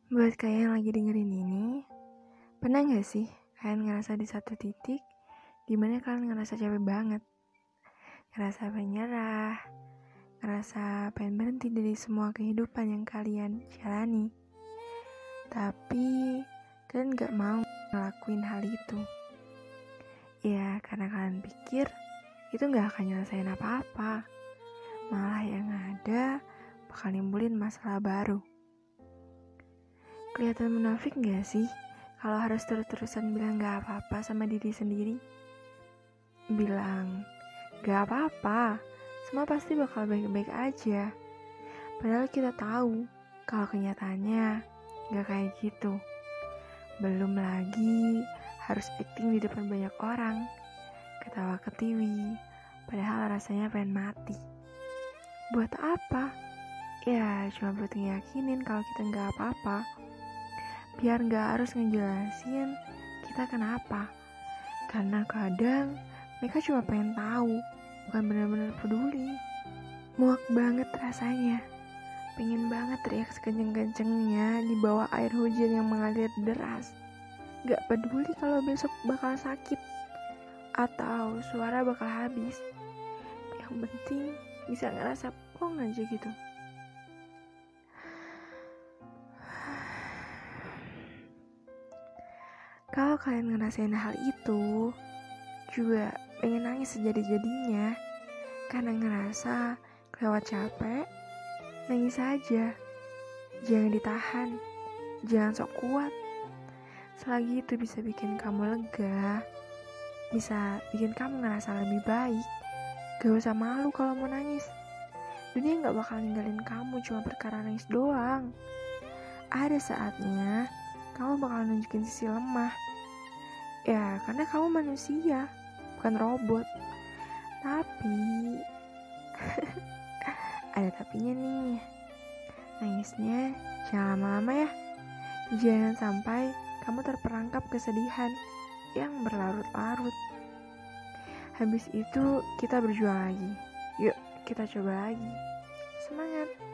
Buat kalian yang lagi dengerin ini, pernah gak sih kalian ngerasa di satu titik dimana kalian ngerasa capek banget, ngerasa pengen nyerah, ngerasa pengen berhenti dari semua kehidupan yang kalian jalani, tapi kalian gak mau ngelakuin hal itu. Ya, karena kalian pikir itu gak akan nyelesain apa-apa, malah yang ada bakal nimbulin masalah baru. Kelihatan munafik gak sih kalau harus terus-terusan bilang gak apa-apa sama diri sendiri? Bilang gak apa-apa, semua pasti bakal baik-baik aja. Padahal kita tahu kalau kenyataannya gak kayak gitu. Belum lagi harus acting di depan banyak orang, ketawa ketiwi, padahal rasanya pengen mati. Buat apa? Ya cuma buat ngeyakinin kalau kita gak apa-apa, biar gak harus ngejelasin kita kenapa. Karena kadang mereka cuma pengen tahu, bukan benar-benar peduli. Muak banget rasanya, pengen banget teriak sekenceng-kencengnya di bawah air hujan yang mengalir deras. Gak peduli kalau besok bakal sakit atau suara bakal habis. Yang penting bisa ngerasa plong aja gitu. Kalau kalian ngerasain hal itu, juga pengen nangis sejadi-jadinya karena ngerasa kelewat capek, nangis aja. Jangan ditahan, jangan sok kuat. Selagi itu bisa bikin kamu lega, bisa bikin kamu ngerasa lebih baik, gak usah malu kalau mau nangis. Dunia gak bakal ninggalin kamu cuma perkara nangis doang. Ada saatnya kamu bakal nunjukin sisi lemah. Ya, karena kamu manusia, bukan robot. Tapi ada tapinya nih. Nangisnya jangan lama-lama ya. Jangan sampai kamu terperangkap kesedihan yang berlarut-larut. Habis itu kita berjuang lagi. Yuk, kita coba lagi. Semangat!